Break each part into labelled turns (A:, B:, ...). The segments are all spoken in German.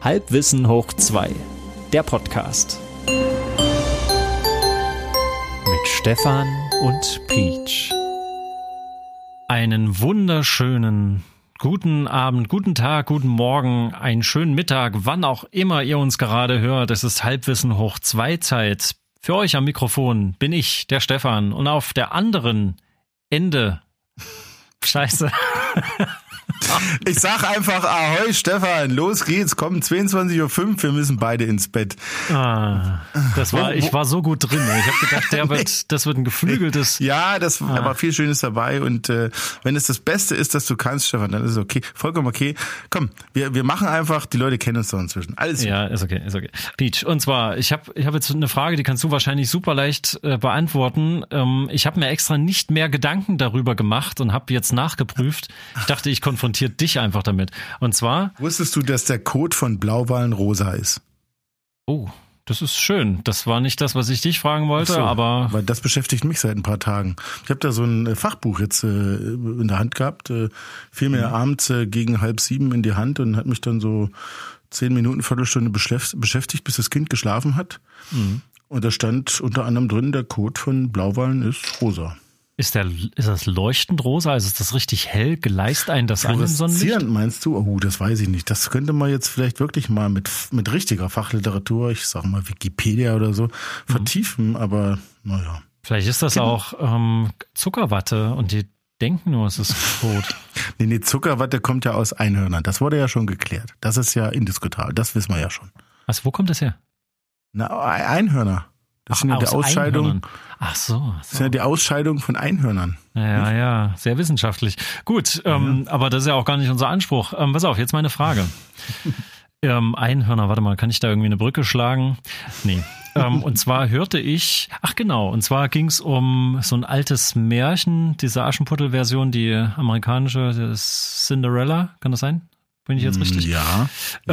A: Halbwissen hoch 2, der Podcast. Mit Stefan und Peach. Einen wunderschönen guten Abend, guten Tag, guten Morgen, einen schönen Mittag, wann auch immer ihr uns gerade hört. Es ist Halbwissen hoch 2 Zeit. Für euch am Mikrofon bin ich, der Stefan, und auf der anderen Ende... Scheiße.
B: Ich sag einfach Ahoi Stefan, los geht's, komm, 22.05 Uhr, wir müssen beide ins Bett.
A: Ich war so gut drin. Ich habe gedacht, das wird ein geflügeltes...
B: Ja, da war viel Schönes dabei und wenn es das Beste ist, dass du kannst, Stefan, dann ist es okay, vollkommen okay. Komm, wir machen einfach, die Leute kennen uns doch inzwischen. Alles
A: ja, ist okay. Peach, und zwar, ich hab jetzt eine Frage, die kannst du wahrscheinlich super leicht beantworten. Ich habe mir extra nicht mehr Gedanken darüber gemacht und habe jetzt nachgeprüft. Ich dachte, ich konfrontiere dich einfach damit. Und zwar...
B: Wusstest du, dass der Kot von Blauwalen rosa ist?
A: Oh, das ist schön. Das war nicht das, was ich dich fragen wollte,
B: so,
A: aber...
B: Weil das beschäftigt mich seit ein paar Tagen. Ich habe da so ein Fachbuch jetzt in der Hand gehabt, fiel mir abends gegen 6:30 in die Hand und hat mich dann so 10 Minuten, Viertelstunde beschäftigt, bis das Kind geschlafen hat. Mhm. Und da stand unter anderem drin, der Kot von Blauwalen ist rosa.
A: Ist das leuchtend rosa? Also ist das richtig hell? Geleist einen das an im Sonnenlicht?
B: Meinst du? Oh, das weiß ich nicht. Das könnte man jetzt vielleicht wirklich mal mit richtiger Fachliteratur, ich sag mal Wikipedia oder so, vertiefen, aber naja.
A: Vielleicht ist das auch Zuckerwatte und die denken nur, es ist tot.
B: Nee, Zuckerwatte kommt ja aus Einhörnern. Das wurde ja schon geklärt. Das ist ja indiskutabel. Das wissen wir ja schon.
A: Also wo kommt das her?
B: Na, Einhörner. Das sind ja die Ausscheidungen.
A: Ach so.
B: Das sind ja die Ausscheidungen von Einhörnern.
A: Ja, sehr wissenschaftlich. Gut, aber das ist ja auch gar nicht unser Anspruch. Pass auf, jetzt meine Frage. Einhörner, warte mal, kann ich da irgendwie eine Brücke schlagen? Nee. Und zwar hörte ich, und zwar ging es um so ein altes Märchen, diese Aschenputtel-Version, die amerikanische, das Cinderella, kann das sein? Bin ich jetzt richtig?
B: Ja.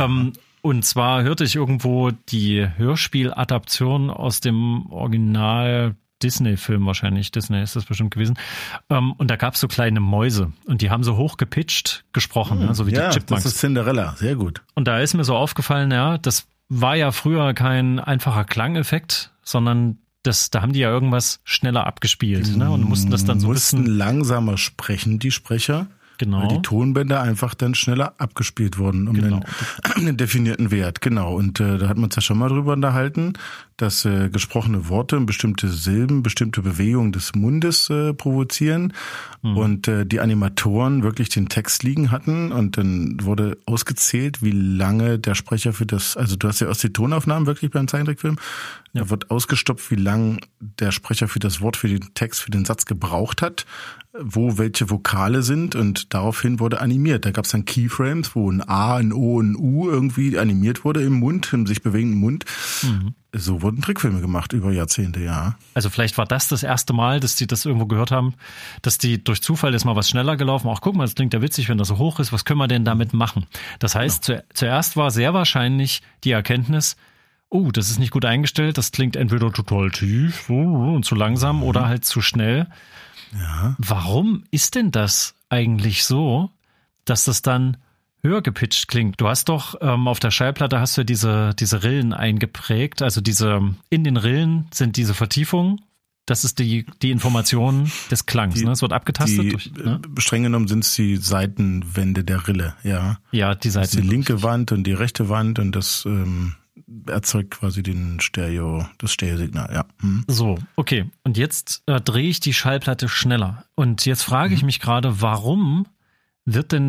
A: Und zwar hörte ich irgendwo die Hörspieladaption aus dem Original Disney-Film wahrscheinlich. Disney ist das bestimmt gewesen. Und da gab es so kleine Mäuse und die haben so hoch gepitcht gesprochen, so wie die Chipmunks.
B: Das ist Cinderella, sehr gut.
A: Und da ist mir so aufgefallen, das war ja früher kein einfacher Klangeffekt, sondern da haben die ja irgendwas schneller abgespielt, ne? Und mussten das dann so ein bisschen
B: langsamer sprechen, die Sprecher.
A: Genau.
B: Weil die Tonbänder einfach dann schneller abgespielt wurden um einen definierten Wert. Genau. Und da hat man uns ja schon mal drüber unterhalten, dass gesprochene Worte und bestimmte Silben, bestimmte Bewegungen des Mundes provozieren. Und die Animatoren wirklich den Text liegen hatten. Und dann wurde ausgezählt, wie lange der Sprecher für das, also du hast ja aus den Tonaufnahmen wirklich beim Zeichentrickfilm, da wird ausgestopft, wie lang der Sprecher für das Wort, für den Text, für den Satz gebraucht hat, wo welche Vokale sind, und daraufhin wurde animiert. Da gab es dann Keyframes, wo ein A, ein O, ein U irgendwie animiert wurde im Mund, im sich bewegenden Mund. Mhm. So wurden Trickfilme gemacht über Jahrzehnte, ja.
A: Also vielleicht war das erste Mal, dass die das irgendwo gehört haben, dass die durch Zufall ist mal was schneller gelaufen. Ach, guck mal, das klingt ja witzig, wenn das so hoch ist. Was können wir denn damit machen? Das heißt, zuerst war sehr wahrscheinlich die Erkenntnis, das ist nicht gut eingestellt, das klingt entweder total tief und zu langsam oder halt zu schnell.
B: Ja.
A: Warum ist denn das eigentlich so, dass das dann höher gepitcht klingt? Du hast doch auf der Schallplatte hast du diese Rillen eingeprägt, also in den Rillen sind diese Vertiefungen. Das ist die Information des Klangs, ne? Es wird abgetastet.
B: Streng genommen sind es die Seitenwände der Rille, ja.
A: Ja, die Seiten.
B: Die linke Wand und die rechte Wand, und das erzeugt quasi das Stereosignal, ja.
A: So, okay. Und jetzt drehe ich die Schallplatte schneller. Und jetzt frage ich mich gerade, warum wird denn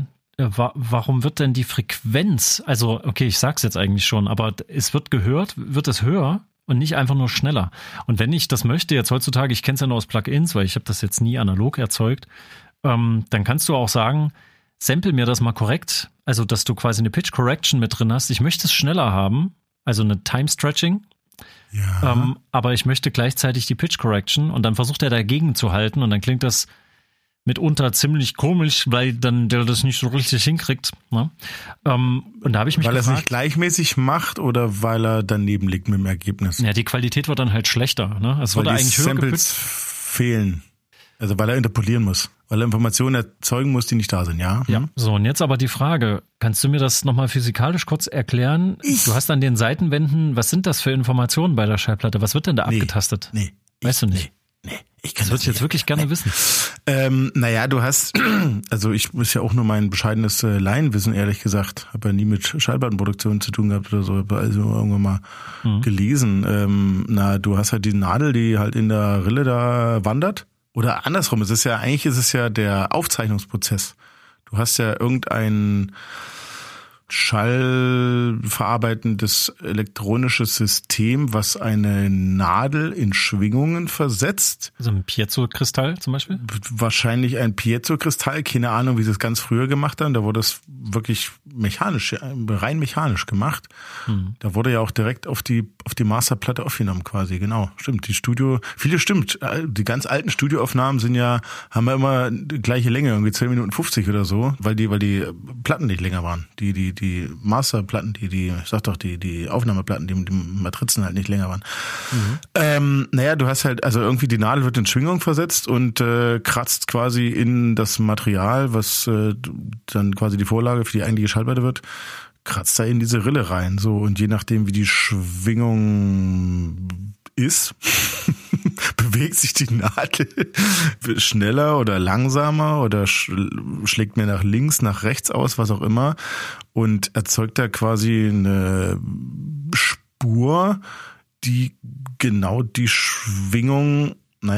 A: die Frequenz, also okay, ich sag's jetzt eigentlich schon, aber es wird es höher und nicht einfach nur schneller. Und wenn ich das möchte, jetzt heutzutage, ich kenne es ja nur aus Plugins, weil ich habe das jetzt nie analog erzeugt, dann kannst du auch sagen, sample mir das mal korrekt, also dass du quasi eine Pitch Correction mit drin hast. Ich möchte es schneller haben, also eine Time Stretching, aber ich möchte gleichzeitig die Pitch Correction, und dann versucht er dagegen zu halten und dann klingt das mitunter ziemlich komisch, weil dann der das nicht so richtig hinkriegt. Ne? Und da habe ich mich gefragt,
B: er es nicht gleichmäßig macht oder weil er daneben liegt mit dem Ergebnis?
A: Ja, die Qualität wird dann halt schlechter. Ne? Es wurde eigentlich höher
B: Samples fehlen. Also weil er interpolieren muss. weil er Informationen erzeugen muss, die nicht da sind, ja?
A: Ja, so und jetzt aber die Frage, kannst du mir das nochmal physikalisch kurz erklären? Du hast an den Seitenwänden, was sind das für Informationen bei der Schallplatte? Was wird denn da abgetastet?
B: Nee.
A: Weißt du nicht?
B: Nee. Ich kann
A: das würde ich jetzt wirklich gerne wissen.
B: Naja, du hast, also ich ist ja auch nur mein bescheidenes Laienwissen, ehrlich gesagt. Habe ja nie mit Schallplattenproduktion zu tun gehabt oder so, habe also irgendwann mal gelesen. Du hast halt die Nadel, die halt in der Rille da wandert. Oder andersrum, eigentlich ist es ja der Aufzeichnungsprozess. Du hast ja irgendein schallverarbeitendes elektronisches System, was eine Nadel in Schwingungen versetzt.
A: Also ein Piezo-Kristall zum Beispiel?
B: Wahrscheinlich ein Piezo-Kristall, keine Ahnung, wie sie es ganz früher gemacht haben. Da wurde es wirklich rein mechanisch gemacht. Da wurde ja auch direkt auf die Masterplatte aufgenommen quasi, genau. Stimmt, die ganz alten Studioaufnahmen haben ja immer die gleiche Länge, irgendwie 10 Minuten 50 oder so, weil die Platten nicht länger waren. Die Masterplatten, die Aufnahmeplatten, die Matrizen halt nicht länger waren. Du hast halt, also irgendwie die Nadel wird in Schwingung versetzt und kratzt quasi in das Material, was dann quasi die Vorlage für die eigentliche Schallplatte wird, kratzt da in diese Rille rein. So, und je nachdem, wie die Schwingung ist, bewegt sich die Nadel schneller oder langsamer oder schlägt mehr nach links, nach rechts aus, was auch immer, und erzeugt da quasi eine Spur, die genau die Schwingung,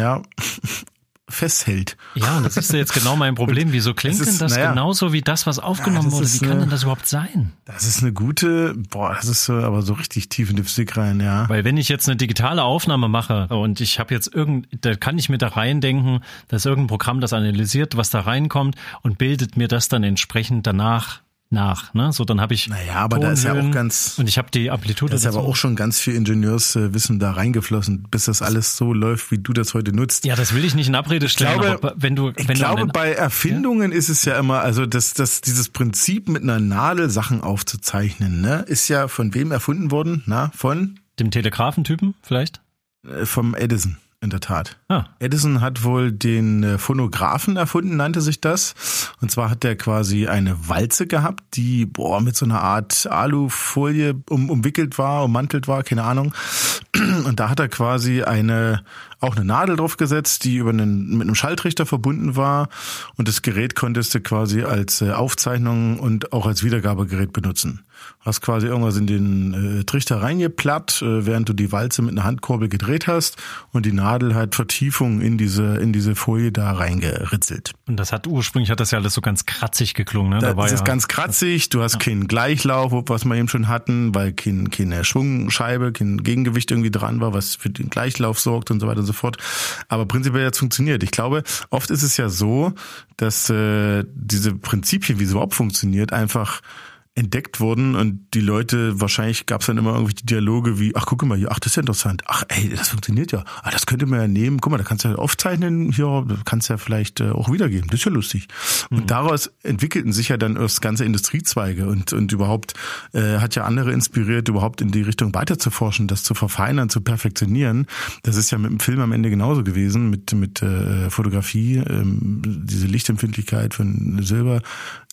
B: festhält.
A: Ja, und das ist ja jetzt genau mein Problem. Wieso klingt denn das genauso wie das, was aufgenommen wurde? Wie kann denn das überhaupt sein?
B: Das ist eine gute, das ist aber so richtig tief in die Physik rein, ja.
A: Weil wenn ich jetzt eine digitale Aufnahme mache und ich habe jetzt da kann ich mir da reindenken, da ist irgendein Programm, das analysiert, was da reinkommt und bildet mir das dann entsprechend danach nach, ne? So, dann habe ich
B: aber da ist ja auch ganz,
A: und ich habe die Amplitude.
B: Da ist aber auch schon ganz viel Ingenieurswissen da reingeflossen, bis das alles so läuft, wie du das heute nutzt.
A: Ja, das will ich nicht in Abrede stellen.
B: Ich glaube, bei Erfindungen ist es ja immer, also dieses Prinzip mit einer Nadel Sachen aufzuzeichnen, ne, ist ja von wem erfunden worden? Von
A: dem Telegraphentypen vielleicht?
B: Vom Edison. In der Tat.
A: Edison
B: hat wohl den Phonographen erfunden, nannte sich das. Und zwar hat der quasi eine Walze gehabt, die mit so einer Art Alufolie umwickelt war, ummantelt war, keine Ahnung. Und da hat er quasi auch eine Nadel draufgesetzt, die mit einem Schalltrichter verbunden war. Und das Gerät konntest du quasi als Aufzeichnung und auch als Wiedergabegerät benutzen. Hast quasi irgendwas in den Trichter reingeplatt, während du die Walze mit einer Handkurbel gedreht hast, und die Nadel hat Vertiefung in diese Folie da reingeritzelt.
A: Und ursprünglich hat das ja alles so ganz kratzig geklungen, ne?
B: Das ist ganz kratzig, du hast keinen Gleichlauf, was wir eben schon hatten, weil keine Schwungscheibe, kein Gegengewicht irgendwie dran war, was für den Gleichlauf sorgt und so weiter und so fort. Aber prinzipiell hat es funktioniert. Ich glaube, oft ist es ja so, dass diese Prinzipien, wie es überhaupt funktioniert, einfach entdeckt wurden, und die Leute, wahrscheinlich gab es dann immer irgendwelche Dialoge wie, ach, guck mal hier, ach, das ist ja interessant, ach, ey, das funktioniert ja, das könnte man ja nehmen, guck mal, da kannst du ja aufzeichnen, hier, da kannst du ja vielleicht auch wiedergeben, das ist ja lustig. Und daraus entwickelten sich ja dann erst ganze Industriezweige und überhaupt hat ja andere inspiriert, überhaupt in die Richtung weiter zu forschen, das zu verfeinern, zu perfektionieren. Das ist ja mit dem Film am Ende genauso gewesen, mit Fotografie, diese Lichtempfindlichkeit von Silber.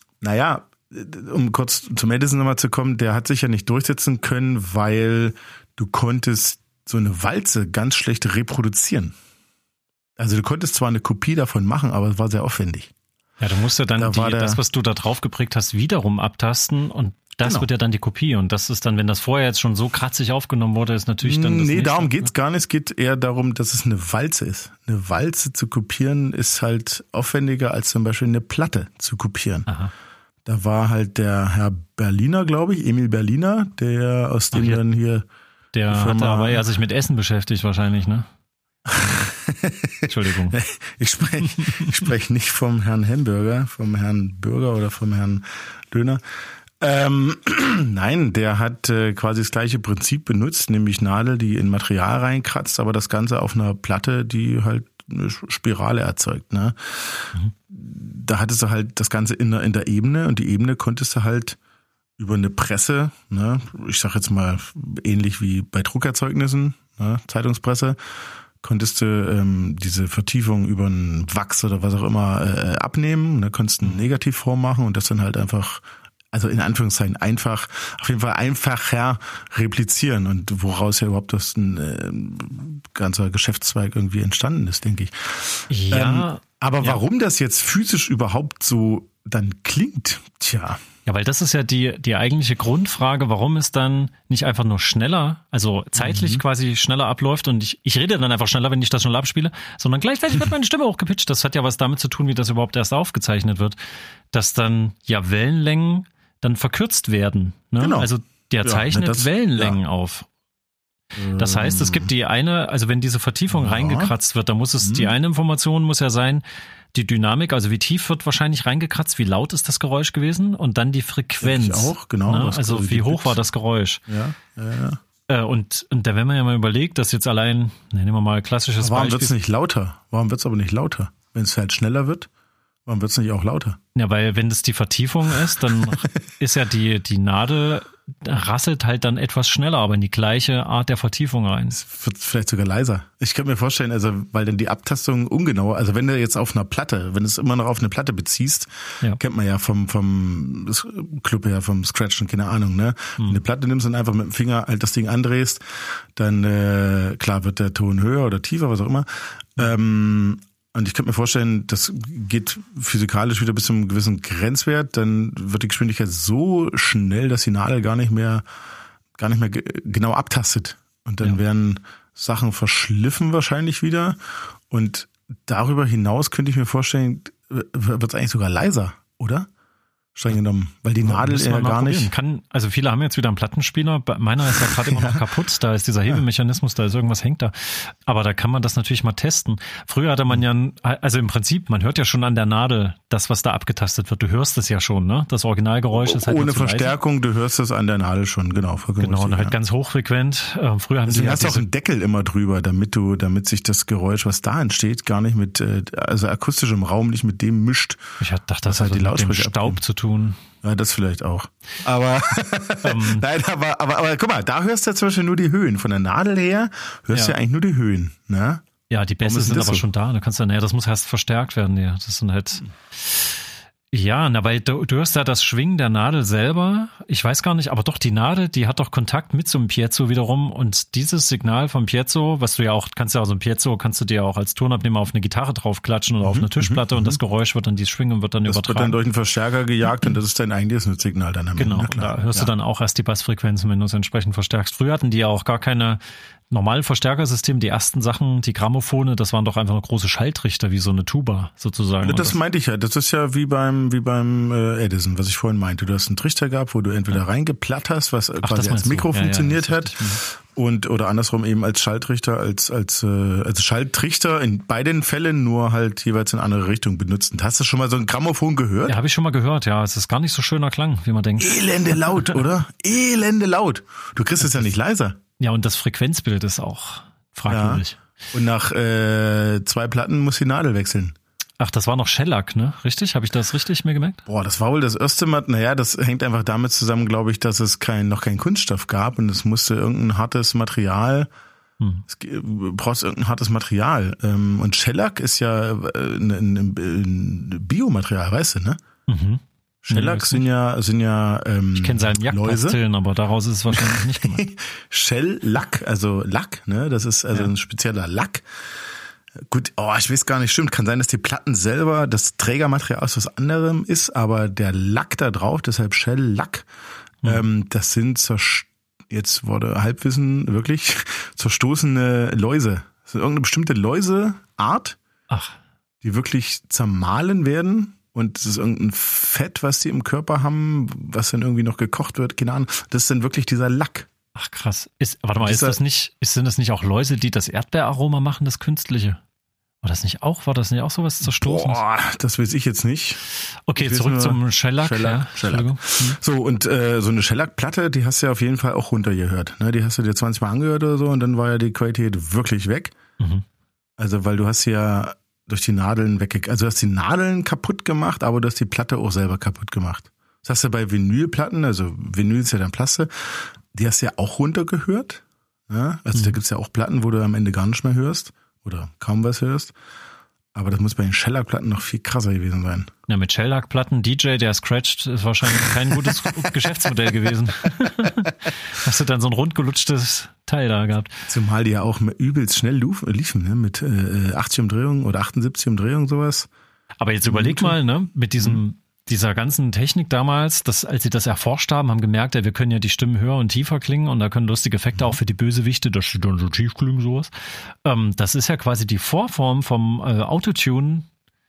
B: Um kurz zum Edison nochmal zu kommen, der hat sich ja nicht durchsetzen können, weil du konntest so eine Walze ganz schlecht reproduzieren. Also du konntest zwar eine Kopie davon machen, aber es war sehr aufwendig.
A: Ja, du musst ja dann das, was du da drauf geprägt hast, wiederum abtasten, und das wird ja dann die Kopie. Und das ist dann, wenn das vorher jetzt schon so kratzig aufgenommen wurde, ist natürlich dann das
B: Nee, darum geht's gar nicht. Es geht eher darum, dass es eine Walze ist. Eine Walze zu kopieren ist halt aufwendiger als zum Beispiel eine Platte zu kopieren.
A: Aha.
B: Da war halt der Herr Berliner, glaube ich, Emil Berliner, der aus dem dann hier...
A: Der hat aber ja sich mit Essen beschäftigt wahrscheinlich, ne? Entschuldigung.
B: Ich spreche nicht vom Herrn Hamburger, vom Herrn Burger oder vom Herrn Döner. Nein, der hat quasi das gleiche Prinzip benutzt, nämlich Nadel, die in Material reinkratzt, aber das Ganze auf einer Platte, die halt eine Spirale erzeugt, ne? Da hattest du halt das Ganze in der Ebene, und die Ebene konntest du halt über eine Presse, ne, ich sag jetzt mal ähnlich wie bei Druckerzeugnissen, ne, Zeitungspresse, konntest du diese Vertiefung über einen Wachs oder was auch immer abnehmen und da konntest du eine Negativform machen und das dann halt einfach, also in Anführungszeichen einfach, auf jeden Fall einfacher replizieren und woraus ja überhaupt das ein ganzer Geschäftszweig irgendwie entstanden ist, denke ich.
A: Ja.
B: Aber warum das jetzt physisch überhaupt so dann klingt, tja.
A: Ja, weil das ist ja die eigentliche Grundfrage, warum es dann nicht einfach nur schneller, also zeitlich quasi schneller abläuft und ich rede dann einfach schneller, wenn ich das schneller abspiele, sondern gleichzeitig wird meine Stimme hochgepitcht. Das hat ja was damit zu tun, wie das überhaupt erst aufgezeichnet wird, dass dann ja Wellenlängen dann verkürzt werden. Ne?
B: Genau.
A: Also der zeichnet Wellenlängen auf. Das heißt, es gibt die eine, also wenn diese Vertiefung reingekratzt wird, dann muss es, die eine Information muss ja sein, die Dynamik, also wie tief wird wahrscheinlich reingekratzt, wie laut ist das Geräusch gewesen und dann die Frequenz.
B: Ich auch, genau.
A: Ne? Also wie hoch war das Geräusch.
B: Ja.
A: Und da, wenn man ja mal überlegt, dass jetzt allein, nehmen wir mal klassisches
B: Warum
A: Beispiel.
B: wird es nicht lauter? Warum wird es aber nicht lauter? Wenn es halt schneller wird, warum wird es nicht auch lauter?
A: Ja, weil wenn das die Vertiefung ist, dann ist ja die Nadel rasselt halt dann etwas schneller, aber in die gleiche Art der Vertiefung rein.
B: Es wird vielleicht sogar leiser. Ich könnte mir vorstellen, also weil dann die Abtastung ungenauer, also wenn du jetzt auf einer Platte, wenn du es immer noch auf eine Platte beziehst, kennt man ja vom Club her, vom Scratchen, keine Ahnung, ne? Wenn du eine Platte nimmst und einfach mit dem Finger halt das Ding andrehst, dann klar wird der Ton höher oder tiefer, was auch immer. Und ich könnte mir vorstellen, das geht physikalisch wieder bis zu einem gewissen Grenzwert, dann wird die Geschwindigkeit so schnell, dass die Nadel gar nicht mehr genau abtastet. Und dann werden Sachen verschliffen wahrscheinlich wieder. Und darüber hinaus könnte ich mir vorstellen, wird es eigentlich sogar leiser, oder? Streng genommen, weil die Nadel ja gar nicht...
A: Also viele haben jetzt wieder einen Plattenspieler, meiner ist ja gerade immer noch kaputt, da ist dieser Hebemechanismus, da ist irgendwas hängt da. Aber da kann man das natürlich mal testen. Früher hatte man ja, also im Prinzip, man hört ja schon an der Nadel das, was da abgetastet wird. Du hörst es ja schon, ne? Das Originalgeräusch ist halt
B: ohne Verstärkung, leise. Du hörst es an der Nadel schon, genau.
A: Genau, und halt ganz hochfrequent. Früher haben
B: du hast auch einen Deckel immer drüber, damit sich das Geräusch, was da entsteht, gar nicht mit, also akustisch im Raum nicht mit dem mischt.
A: Ich dachte, das hat halt die Lautsprecher mit dem Staub zu tun.
B: Ja, das vielleicht auch. Aber nein, aber guck mal, da hörst du ja zum Beispiel nur die Höhen. Von der Nadel her hörst du ja eigentlich nur die Höhen, ne?
A: Ja, die Bässe sind aber schon da. Da kannst du, das muss erst verstärkt werden, ja. Das sind halt. Ja, weil du hörst ja das Schwingen der Nadel selber. Ich weiß gar nicht, aber doch die Nadel, die hat doch Kontakt mit so einem Piezo wiederum und dieses Signal vom Piezo, was du ja auch, kannst du dir auch als Tonabnehmer auf eine Gitarre draufklatschen oder auf eine Tischplatte und das Geräusch wird dann, die Schwingung wird dann übertragen. Das wird dann
B: durch einen Verstärker gejagt und das ist dein eigentliches Signal dann am Ende.
A: Genau, da hörst du dann auch erst die Bassfrequenzen, wenn du es entsprechend verstärkst. Früher hatten die ja auch gar keine normale Verstärkersystem, die ersten Sachen, die Grammophone, das waren doch einfach nur große Schalltrichter, wie so eine Tuba sozusagen.
B: Das meinte ich ja, das ist ja wie beim Edison, was ich vorhin meinte. Du hast einen Trichter gehabt, wo du entweder reingeplatt hast, was quasi als Mikro funktioniert hat, oder andersrum eben als Schalltrichter, als Schalltrichter in beiden Fällen nur halt jeweils in andere Richtung benutzt. Und hast du schon mal so ein Grammophon gehört?
A: Ja, habe ich schon mal gehört, ja. Es ist gar nicht so schöner Klang, wie man denkt.
B: Elende laut, oder? Elende laut. Du kriegst es ja nicht leiser.
A: Ja, und das Frequenzbild ist auch fragwürdig.
B: Ja. Und nach 2 Platten muss die Nadel wechseln.
A: Ach, das war noch Shellac, ne? Richtig? Habe ich das richtig mir gemerkt?
B: Boah, das war wohl das erste Mal. Naja, das hängt einfach damit zusammen, glaube ich, dass es noch kein Kunststoff gab und es musste irgendein hartes Material. Du brauchst irgendein hartes Material. Und Shellac ist ja ein Biomaterial, weißt du, ne? Mhm. Shellac sind ja
A: ich kenne seinen Jagdpastillen, aber daraus ist es wahrscheinlich nicht gemacht.
B: Shellac, also Lack, ne? Das ist also ein spezieller Lack. Gut, ich weiß gar nicht, stimmt. Kann sein, dass die Platten selber das Trägermaterial aus was anderem ist, aber der Lack da drauf, deshalb Shellac, das sind jetzt wurde Halbwissen wirklich zerstoßene Läuse. Das ist irgendeine bestimmte Läuseart, die wirklich zermahlen werden. Und das ist irgendein Fett, was die im Körper haben, was dann irgendwie noch gekocht wird, keine Ahnung. Das ist dann wirklich dieser Lack.
A: Ach krass. Sind das nicht auch Läuse, die das Erdbeeraroma machen, das Künstliche? War das nicht auch sowas Zerstoßendes?
B: Boah, das weiß ich jetzt nicht.
A: Okay, zurück zum Shellac.
B: Shellac. So, und so eine Shellac-Platte, die hast du ja auf jeden Fall auch runtergehört. Ne? Die hast du dir 20 Mal angehört oder so und dann war ja die Qualität wirklich weg. Mhm. Also, weil du hast ja durch die Nadeln also du hast die Nadeln kaputt gemacht, aber du hast die Platte auch selber kaputt gemacht. Das hast du bei Vinylplatten, also Vinyl ist ja dann Plaste, die hast du ja auch runtergehört. Ja? Also da gibt's ja auch Platten, wo du am Ende gar nicht mehr hörst. oder kaum was hörst. Aber das muss bei den Shellac-Platten noch viel krasser gewesen sein.
A: Ja, mit Shellac-Platten, DJ, der scratcht, ist wahrscheinlich kein gutes Geschäftsmodell gewesen. Hast du dann so ein rundgelutschtes Teil da gehabt.
B: Zumal die ja auch übelst schnell liefen, ne? Mit 80 Umdrehungen oder 78 Umdrehungen, sowas.
A: Aber jetzt überleg mal, ne, mit dieser ganzen Technik damals, als sie das erforscht haben gemerkt, wir können ja die Stimmen höher und tiefer klingen und da können lustige Effekte auch für die Bösewichte, dass sie dann so tief klingen, sowas. Das ist ja quasi die Vorform vom Autotune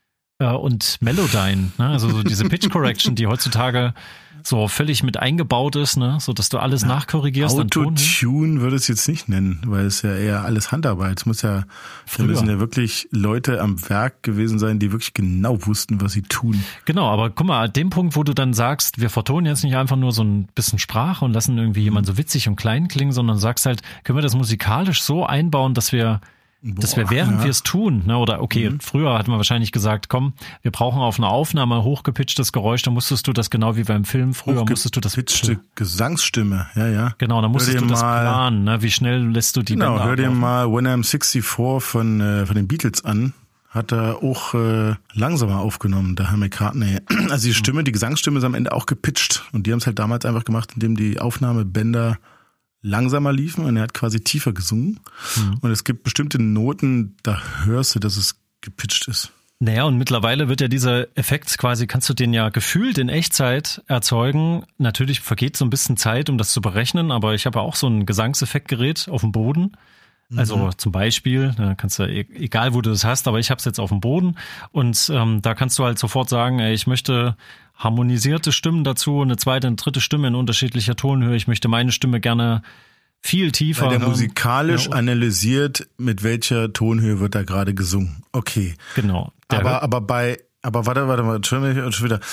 A: und Melodyne, ne? Also so diese Pitch Correction, die heutzutage so völlig mit eingebaut ist, ne, so dass du alles nachkorrigierst.
B: Autotune würde es jetzt nicht nennen, weil es ja eher alles Handarbeit. Es muss ja, da müssen ja wirklich Leute am Werk gewesen sein, die wirklich genau wussten, was sie tun.
A: Genau, aber guck mal, an dem Punkt, wo du dann sagst, wir vertonen jetzt nicht einfach nur so ein bisschen Sprache und lassen irgendwie jemanden so witzig und klein klingen, sondern sagst halt, können wir das musikalisch so einbauen, dass wir während wir es tun, ne, oder okay, früher hat man wahrscheinlich gesagt, komm, wir brauchen auf einer Aufnahme hochgepitchtes Geräusch, dann musstest du das genau wie beim Film, früher musstest du das...
B: Hochgepitchte Gesangsstimme, ja.
A: Genau, dann musstest du das planen, ne, wie schnell lässt du die Bänder ablaufen.
B: Hör dir mal When I'm 64 von den Beatles an, hat er auch langsamer aufgenommen, der Herr McCartney. Also die Gesangsstimme ist am Ende auch gepitcht und die haben es halt damals einfach gemacht, indem die Aufnahmebänder langsamer liefen und er hat quasi tiefer gesungen. Und es gibt bestimmte Noten, da hörst du, dass es gepitcht ist.
A: Naja, und mittlerweile wird ja dieser Effekt quasi, kannst du den ja gefühlt in Echtzeit erzeugen. Natürlich vergeht so ein bisschen Zeit, um das zu berechnen, aber ich habe ja auch so ein Gesangseffektgerät auf dem Boden. Also zum Beispiel, da kannst du, egal wo du das hast, aber ich habe es jetzt auf dem Boden und da kannst du halt sofort sagen, ich möchte harmonisierte Stimmen dazu, eine zweite und dritte Stimme in unterschiedlicher Tonhöhe. Ich möchte meine Stimme gerne viel tiefer.
B: Weil der musikalisch analysiert, mit welcher Tonhöhe wird da gerade gesungen. Okay.
A: Genau.
B: Aber warte, schon wieder.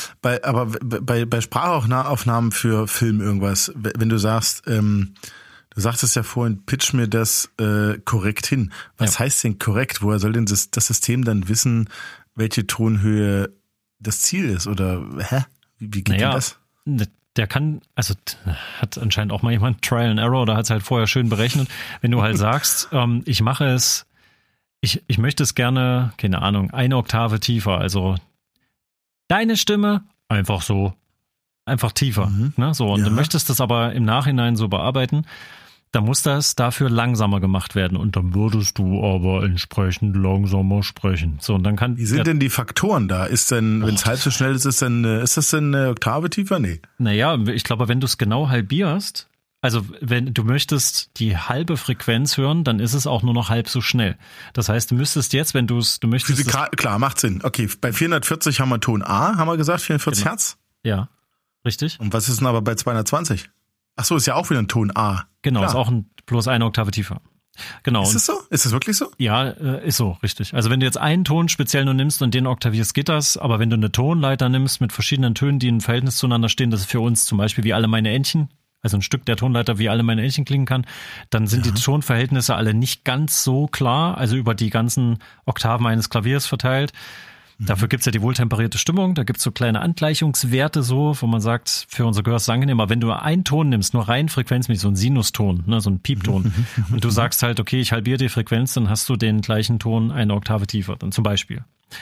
B: Bei Sprachaufnahmen für Film irgendwas, wenn du sagst, du sagtest ja vorhin, pitch mir das korrekt hin. Was heißt denn korrekt? Woher soll denn das System dann wissen, welche Tonhöhe das Ziel ist? Oder wie geht denn das?
A: Der kann, also hat anscheinend auch mal jemand Trial and Error oder hat es halt vorher schön berechnet. Wenn du halt sagst, ich mache es, ich möchte es gerne, keine Ahnung, eine Oktave tiefer. Also deine Stimme einfach so, einfach tiefer. Ne? So, und du möchtest das aber im Nachhinein so bearbeiten. Da muss das dafür langsamer gemacht werden und dann würdest du aber entsprechend langsamer sprechen. So, und dann kann.
B: Wie sind denn die Faktoren da? Ist denn, wenn es halb so schnell ist, ist das denn eine Oktave tiefer? Nee.
A: Naja, ich glaube, wenn du es genau halbierst, also wenn du möchtest die halbe Frequenz hören, dann ist es auch nur noch halb so schnell. Das heißt, du müsstest jetzt, wenn du möchtest.
B: Klar, macht Sinn. Okay, bei 440 haben wir Ton A, haben wir gesagt, 440
A: genau.
B: Hertz?
A: Ja, richtig.
B: Und was ist denn aber bei 220? Ach so, ist ja auch wieder ein Ton A.
A: Genau,
B: Klar.
A: Ist auch bloß eine Oktave tiefer. Genau.
B: Ist es so? Ist es wirklich so?
A: Ja, ist so, richtig. Also wenn du jetzt einen Ton speziell nur nimmst und den oktavierst, geht das. Aber wenn du eine Tonleiter nimmst mit verschiedenen Tönen, die in Verhältnis zueinander stehen, das ist für uns zum Beispiel wie alle meine Entchen, also ein Stück der Tonleiter wie alle meine Entchen klingen kann, dann sind die Tonverhältnisse alle nicht ganz so klar, also über die ganzen Oktaven eines Klaviers verteilt. Dafür gibt's ja die wohltemperierte Stimmung, da gibt's so kleine Angleichungswerte so, wo man sagt, für unser Gehör ist es angenehm, aber wenn du einen Ton nimmst, nur rein frequenzmäßig, so ein Sinuston, ne, so ein Piepton, und du sagst halt, okay, ich halbiere die Frequenz, dann hast du den gleichen Ton eine Oktave tiefer, dann zum Beispiel.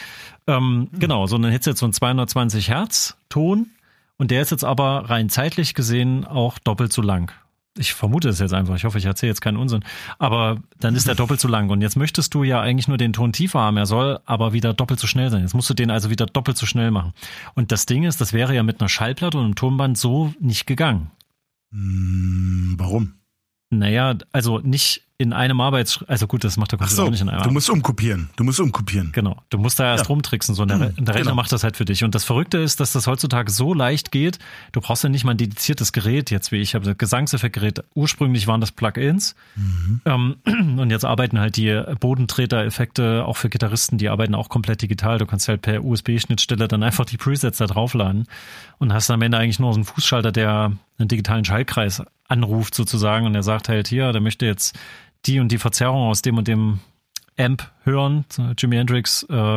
A: Genau, so dann hättest du jetzt so einen 220 Hertz Ton und der ist jetzt aber rein zeitlich gesehen auch doppelt so lang. Ich vermute es jetzt einfach, ich hoffe, ich erzähle jetzt keinen Unsinn, aber dann ist der doppelt so lang und jetzt möchtest du ja eigentlich nur den Ton tiefer haben, er soll aber wieder doppelt so schnell sein. Jetzt musst du den also wieder doppelt so schnell machen. Und das Ding ist, das wäre ja mit einer Schallplatte und einem Tonband so nicht gegangen.
B: Warum?
A: Naja, also nicht in einem also gut, das macht der Computer auch nicht in einem.
B: Du musst umkopieren.
A: Genau, du musst da erst rumtricksen, so der Rechner macht das halt für dich. Und das Verrückte ist, dass das heutzutage so leicht geht, du brauchst ja nicht mal ein dediziertes Gerät, jetzt wie ich habe das Gesangseffektgerät, ursprünglich waren das Plugins und jetzt arbeiten halt die Bodentreter-Effekte auch für Gitarristen, die arbeiten auch komplett digital, du kannst halt per USB-Schnittstelle dann einfach die Presets da draufladen und hast am Ende eigentlich nur so einen Fußschalter, der einen digitalen Schallkreis anruft sozusagen und er sagt halt hier, der möchte jetzt die und die Verzerrung aus dem und dem Amp hören, Jimi Hendrix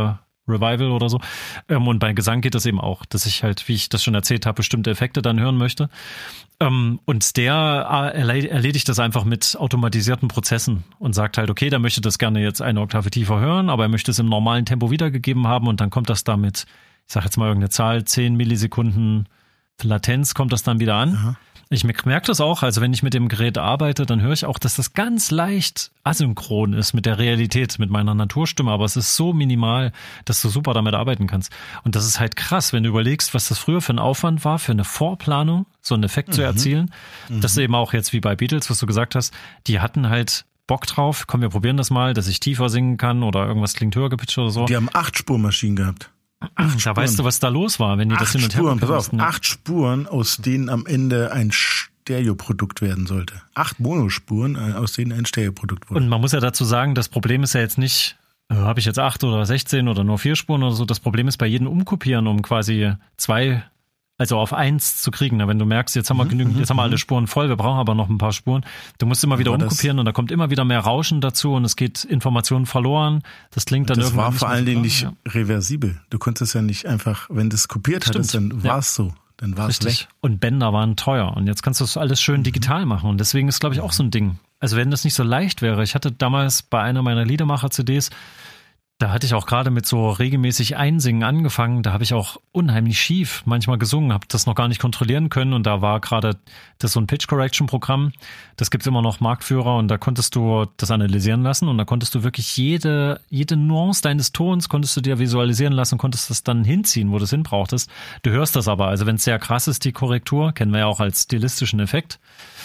A: Revival oder so. Und bei Gesang geht das eben auch, dass ich halt, wie ich das schon erzählt habe, bestimmte Effekte dann hören möchte. Und der erledigt das einfach mit automatisierten Prozessen und sagt halt, okay, der möchte das gerne jetzt eine Oktave tiefer hören, aber er möchte es im normalen Tempo wiedergegeben haben und dann kommt das da mit, ich sag jetzt mal irgendeine Zahl, 10 Millisekunden Latenz kommt das dann wieder an. Aha. Ich merke das auch, also wenn ich mit dem Gerät arbeite, dann höre ich auch, dass das ganz leicht asynchron ist mit der Realität, mit meiner Naturstimme, aber es ist so minimal, dass du super damit arbeiten kannst. Und das ist halt krass, wenn du überlegst, was das früher für ein Aufwand war, für eine Vorplanung, so einen Effekt zu erzielen. Das ist eben auch jetzt wie bei Beatles, was du gesagt hast, die hatten halt Bock drauf, komm, wir probieren das mal, dass ich tiefer singen kann oder irgendwas klingt höher gepitcht oder so.
B: Die haben 8-Spur-Maschinen gehabt.
A: Da weißt du, was da los war, wenn die das hin und her
B: Spuren, pass auf, 8 Spuren, aus denen am Ende ein Stereoprodukt werden sollte. 8 Monospuren, aus denen ein Stereoprodukt wurde.
A: Und man muss ja dazu sagen, das Problem ist ja jetzt nicht, habe ich jetzt 8 oder 16 oder nur 4 Spuren oder so. Das Problem ist bei jedem Umkopieren, um quasi 2, also auf 1 zu kriegen. Wenn du merkst, jetzt haben wir genügend, jetzt haben wir alle Spuren voll, wir brauchen aber noch ein paar Spuren. Du musst immer wieder umkopieren und da kommt immer wieder mehr Rauschen dazu und es geht Informationen verloren. Das klingt dann
B: das
A: irgendwann.
B: Das war vor allen Dingen nicht reversibel. Du konntest ja nicht einfach, wenn du es kopiert hattest, dann war es so. Dann war es weg.
A: Und Bänder waren teuer. Und jetzt kannst du das alles schön digital machen. Und deswegen ist, glaube ich, auch so ein Ding. Also wenn das nicht so leicht wäre. Ich hatte damals bei einer meiner Liedermacher-CDs, da hatte ich auch gerade mit so regelmäßig Einsingen angefangen. Da habe ich auch unheimlich schief manchmal gesungen, habe das noch gar nicht kontrollieren können. Und da war gerade das so ein Pitch-Correction-Programm. Das gibt's immer noch Marktführer und da konntest du das analysieren lassen. Und da konntest du wirklich jede Nuance deines Tons konntest du dir visualisieren lassen und konntest das dann hinziehen, wo du es hin brauchtest. Du hörst das aber. Also wenn es sehr krass ist, die Korrektur, kennen wir ja auch als stilistischen Effekt.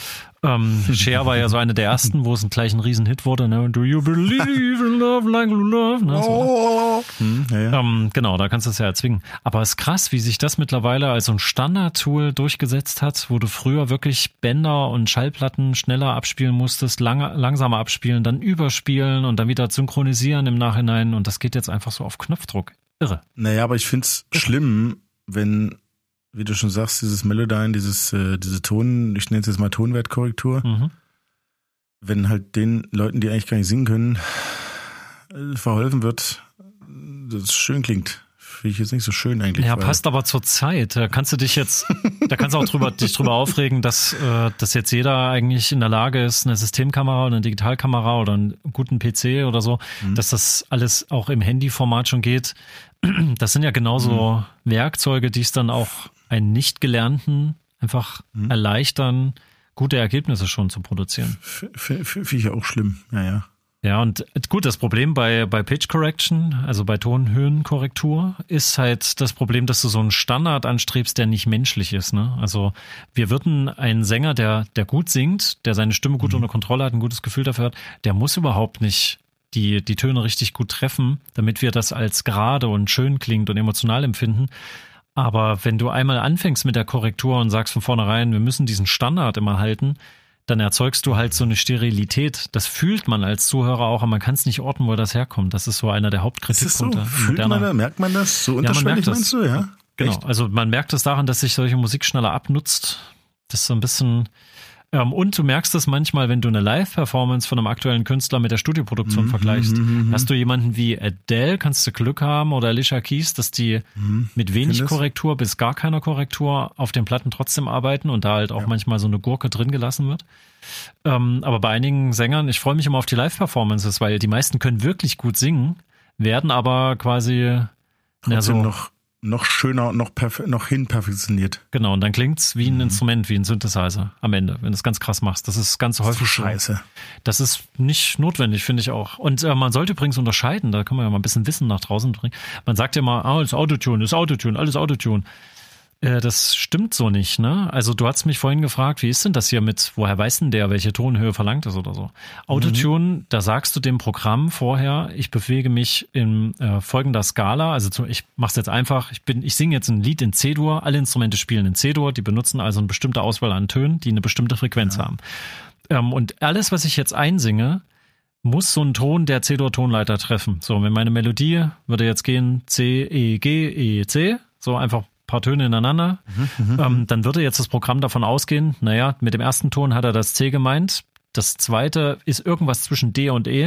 A: Cher war ja so eine der ersten, wo es gleich ein Riesenhit wurde, ne? Do you believe in love like you love? Ne? So. Genau, da kannst du es ja erzwingen. Aber es ist krass, wie sich das mittlerweile als so ein Standard-Tool durchgesetzt hat, wo du früher wirklich Bänder und Schallplatten schneller abspielen musstest, langsamer abspielen, dann überspielen und dann wieder synchronisieren im Nachhinein. Und das geht jetzt einfach so auf Knopfdruck. Irre.
B: Naja, aber ich find's schlimm, wenn, wie du schon sagst, dieses Melodyne, diese Ton, ich nenne es jetzt mal Tonwertkorrektur, wenn halt den Leuten, die eigentlich gar nicht singen können, verholfen wird, dass es schön klingt. Finde ich jetzt nicht so schön eigentlich.
A: Ja, passt aber zur Zeit. Da kannst du dich jetzt, da kannst du auch dich drüber aufregen, dass jetzt jeder eigentlich in der Lage ist, eine Systemkamera oder eine Digitalkamera oder einen guten PC oder so, dass das alles auch im Handyformat schon geht. Das sind ja genauso Werkzeuge, die es dann auch einen Nicht-Gelernten einfach erleichtern, gute Ergebnisse schon zu produzieren.
B: Finde ich ja auch schlimm, ja.
A: Ja, und gut, das Problem bei Pitch Correction, also bei Tonhöhenkorrektur, ist halt das Problem, dass du so einen Standard anstrebst, der nicht menschlich ist, ne? Also wir würden einen Sänger, der gut singt, der seine Stimme gut unter Kontrolle hat, ein gutes Gefühl dafür hat, der muss überhaupt nicht die Töne richtig gut treffen, damit wir das als gerade und schön klingt und emotional empfinden. Aber wenn du einmal anfängst mit der Korrektur und sagst von vornherein, wir müssen diesen Standard immer halten, dann erzeugst du halt so eine Sterilität. Das fühlt man als Zuhörer auch, aber man kann es nicht orten, wo das herkommt. Das ist so einer der Hauptkritikpunkte.
B: Ist das so? Fühlt man das? Merkt man das? So unterschwellig meinst du, ja?
A: Genau,
B: Echt?
A: Also man merkt es daran, dass sich solche Musik schneller abnutzt. Das ist so ein bisschen... Und du merkst es manchmal, wenn du eine Live-Performance von einem aktuellen Künstler mit der Studioproduktion vergleichst. Hast du jemanden wie Adele, kannst du Glück haben, oder Alicia Keys, dass die mit wenig Korrektur bis gar keiner Korrektur auf den Platten trotzdem arbeiten und da halt auch manchmal so eine Gurke drin gelassen wird. Aber bei einigen Sängern, ich freue mich immer auf die Live-Performances, weil die meisten können wirklich gut singen, werden aber quasi
B: noch schöner, noch hin perfektioniert.
A: Genau, und dann klingt's wie ein Instrument, wie ein Synthesizer am Ende, wenn du es ganz krass machst. Das ist ganz häufig
B: scheiße.
A: Das ist nicht notwendig, finde ich auch. Und man sollte übrigens unterscheiden, da kann man ja mal ein bisschen Wissen nach draußen bringen. Man sagt ja mal, das Autotune, alles Autotune. Das stimmt so nicht, ne? Also du hast mich vorhin gefragt, wie ist denn das hier mit, woher weiß denn der, welche Tonhöhe verlangt ist oder so? Autotune, da sagst du dem Programm vorher, ich bewege mich in folgender Skala, also ich mach's jetzt einfach, ich singe jetzt ein Lied in C-Dur, alle Instrumente spielen in C-Dur, die benutzen also eine bestimmte Auswahl an Tönen, die eine bestimmte Frequenz haben. Und alles, was ich jetzt einsinge, muss so einen Ton der C-Dur-Tonleiter treffen. So, wenn meine Melodie würde jetzt gehen C, E, G, E, C, so einfach paar Töne ineinander, dann würde jetzt das Programm davon ausgehen, naja, mit dem ersten Ton hat er das C gemeint, das zweite ist irgendwas zwischen D und E,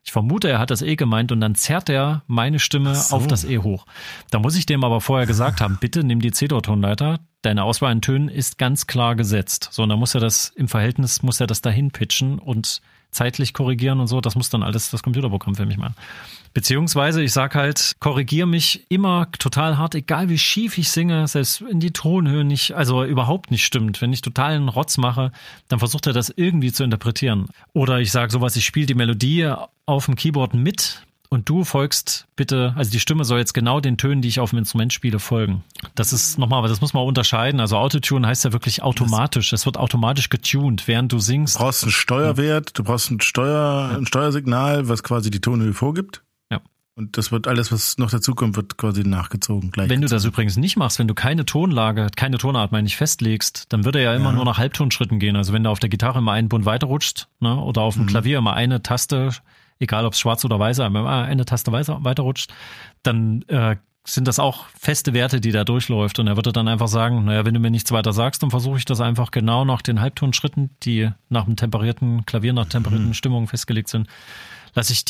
A: Ich vermute, er hat das E gemeint und dann zerrt er meine Stimme auf das E hoch. Da muss ich dem aber vorher gesagt haben, bitte nimm die C-Dur-Tonleiter, deine Auswahl an Tönen ist ganz klar gesetzt. So, und dann muss er das im Verhältnis, muss er das dahin pitchen und zeitlich korrigieren und so, das muss dann alles das Computerprogramm für mich machen. Beziehungsweise ich sag halt, korrigiere mich immer total hart, egal wie schief ich singe, selbst wenn die Tonhöhe nicht, also überhaupt nicht stimmt. Wenn ich totalen Rotz mache, dann versucht er das irgendwie zu interpretieren. Oder ich sage sowas, ich spiele die Melodie auf dem Keyboard mit und du folgst bitte, also die Stimme soll jetzt genau den Tönen, die ich auf dem Instrument spiele, folgen. Das ist nochmal, aber das muss man unterscheiden. Also Autotune heißt ja wirklich automatisch. Es wird automatisch getuned, während du singst.
B: Du brauchst einen Steuerwert, du brauchst ein Steuersignal, was quasi die Tonhöhe vorgibt.
A: Ja.
B: Und das wird alles, was noch dazukommt, wird quasi nachgezogen.
A: Wenn du das übrigens nicht machst, wenn du keine Tonlage, keine Tonart mal nicht festlegst, dann würde er ja immer nur nach Halbtonschritten gehen. Also wenn du auf der Gitarre immer einen Bund weiterrutscht, ne, oder auf dem Klavier immer eine Taste, egal ob es schwarz oder weiß, wenn man eine Taste weiterrutscht, dann sind das auch feste Werte, die da durchläuft. Und er würde dann einfach sagen, naja, wenn du mir nichts weiter sagst, dann versuche ich das einfach genau nach den Halbtonschritten, die nach dem temperierten Klavier, nach temperierten Stimmungen festgelegt sind, lasse ich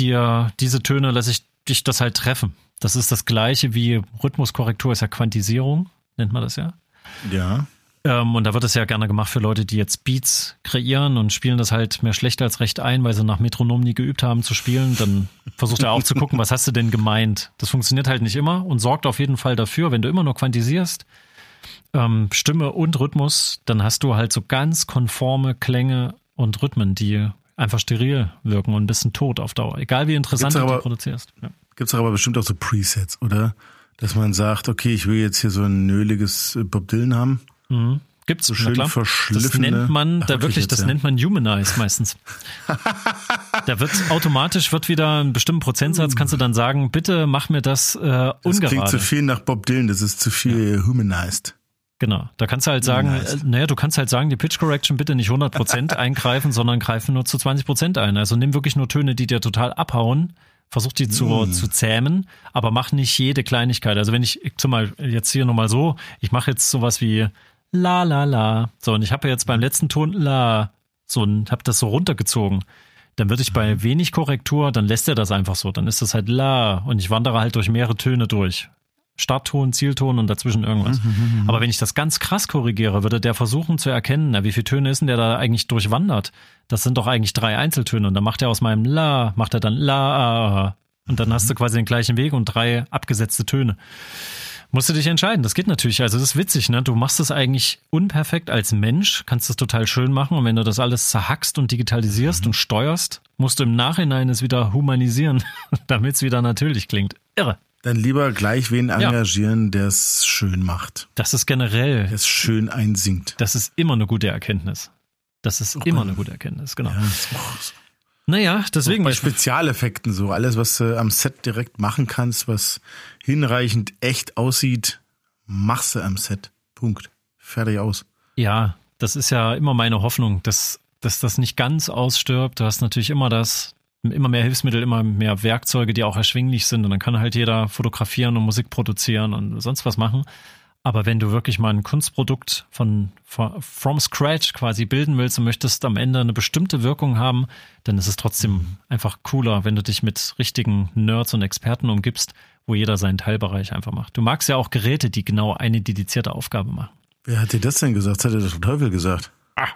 A: dich das halt treffen. Das ist das Gleiche wie Rhythmuskorrektur, ist ja Quantisierung, nennt man das ja.
B: Ja.
A: Und da wird es ja gerne gemacht für Leute, die jetzt Beats kreieren und spielen das halt mehr schlecht als recht ein, weil sie nach Metronom nie geübt haben zu spielen. Dann versucht er auch zu gucken, was hast du denn gemeint? Das funktioniert halt nicht immer und sorgt auf jeden Fall dafür, wenn du immer nur quantisierst, Stimme und Rhythmus, dann hast du halt so ganz konforme Klänge und Rhythmen, die einfach steril wirken und ein bisschen tot auf Dauer. Egal wie interessant du die produzierst. Ja.
B: Gibt's aber bestimmt auch so Presets, oder? Dass man sagt, okay, ich will jetzt hier so ein nöliges Bob Dylan haben.
A: Mhm. Gibt's,
B: so schön verschliffene.
A: Das nennt man, nennt man Humanize meistens. Automatisch wird wieder ein bestimmter Prozentsatz, kannst du dann sagen, bitte mach mir das ungerade. Das
B: klingt zu viel nach Bob Dylan, das ist zu viel humanized.
A: Genau, da kannst du halt sagen, die Pitch Correction bitte nicht 100% eingreifen, sondern greifen nur zu 20% ein. Also nimm wirklich nur Töne, die dir total abhauen, versuch die zu zähmen, aber mach nicht jede Kleinigkeit. Also wenn ich jetzt hier nochmal so, ich mache jetzt sowas wie la la la, so, und ich habe jetzt beim letzten Ton la, so, und habe das so runtergezogen, dann würde ich bei wenig Korrektur, dann lässt er das einfach so, dann ist das halt la und ich wandere halt durch mehrere Töne durch. Startton, Zielton und dazwischen irgendwas. Aber wenn ich das ganz krass korrigiere, würde der versuchen zu erkennen, na, wie viele Töne ist denn der da eigentlich durchwandert? Das sind doch eigentlich 3 Einzeltöne und dann macht er aus meinem La, macht er dann La und dann hast du quasi den gleichen Weg und 3 abgesetzte Töne. Musst du dich entscheiden, das geht natürlich, also das ist witzig, ne? Du machst es eigentlich unperfekt als Mensch, kannst es total schön machen und wenn du das alles zerhackst und digitalisierst und steuerst, musst du im Nachhinein es wieder humanisieren, damit es wieder natürlich klingt. Irre.
B: Dann lieber gleich wen engagieren, der es schön macht.
A: Das ist generell.
B: Der es schön einsingt.
A: Das ist immer eine gute Erkenntnis. Eine gute Erkenntnis, genau. Ja,
B: so.
A: Naja, deswegen.
B: Bei Spezialeffekten so. Alles, was du am Set direkt machen kannst, was hinreichend echt aussieht, machst du am Set. Punkt. Fertig aus.
A: Ja, das ist ja immer meine Hoffnung, dass das nicht ganz ausstirbt. Du hast natürlich immer mehr Hilfsmittel, immer mehr Werkzeuge, die auch erschwinglich sind und dann kann halt jeder fotografieren und Musik produzieren und sonst was machen. Aber wenn du wirklich mal ein Kunstprodukt from scratch quasi bilden willst und möchtest am Ende eine bestimmte Wirkung haben, dann ist es trotzdem einfach cooler, wenn du dich mit richtigen Nerds und Experten umgibst, wo jeder seinen Teilbereich einfach macht. Du magst ja auch Geräte, die genau eine dedizierte Aufgabe machen.
B: Wer hat dir das denn gesagt? Das hat der Teufel gesagt.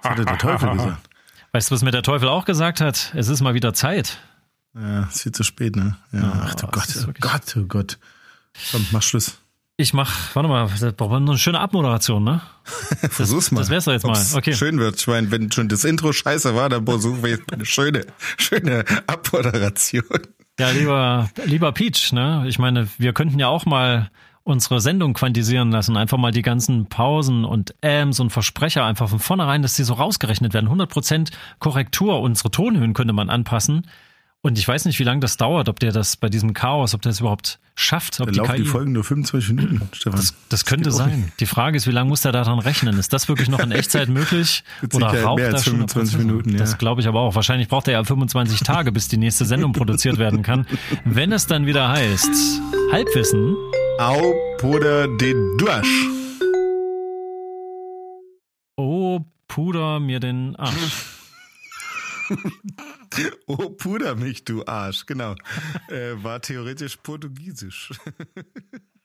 A: Weißt du, was mir der Teufel auch gesagt hat? Es ist mal wieder Zeit.
B: Ja, ist viel zu spät, ne? Ja, ach du Gott, oh Gott. Komm, mach Schluss.
A: Warte mal, das braucht man eine schöne Abmoderation, ne?
B: Versuch's mal.
A: Das wär's doch jetzt mal. Okay.
B: Schön wird. Ich meine, wenn schon das Intro scheiße war, dann versuchen wir jetzt eine schöne Abmoderation.
A: Ja, lieber Peach, ne? Ich meine, wir könnten ja auch mal unsere Sendung quantisieren lassen. Einfach mal die ganzen Pausen und und Versprecher einfach von vornherein, dass die so rausgerechnet werden. 100% Korrektur. Unsere Tonhöhen könnte man anpassen. Und ich weiß nicht, wie lange das dauert, ob der das bei diesem Chaos, ob der es überhaupt schafft. Ob
B: laufen die Folgen nur 25 Minuten, Stefan.
A: Das könnte sein. Die Frage ist, wie lange muss der daran rechnen? Ist das wirklich noch in Echtzeit möglich? Oder raucht
B: mehr als 25 Minuten, ja.
A: Das glaube ich aber auch. Wahrscheinlich braucht er ja 25 Tage, bis die nächste Sendung produziert werden kann. Wenn es dann wieder heißt, Halbwissen.
B: Au Puder de Duasch.
A: Oh, puder mir den Arsch.
B: Oh, puder mich, du Arsch, genau. War theoretisch Portugiesisch.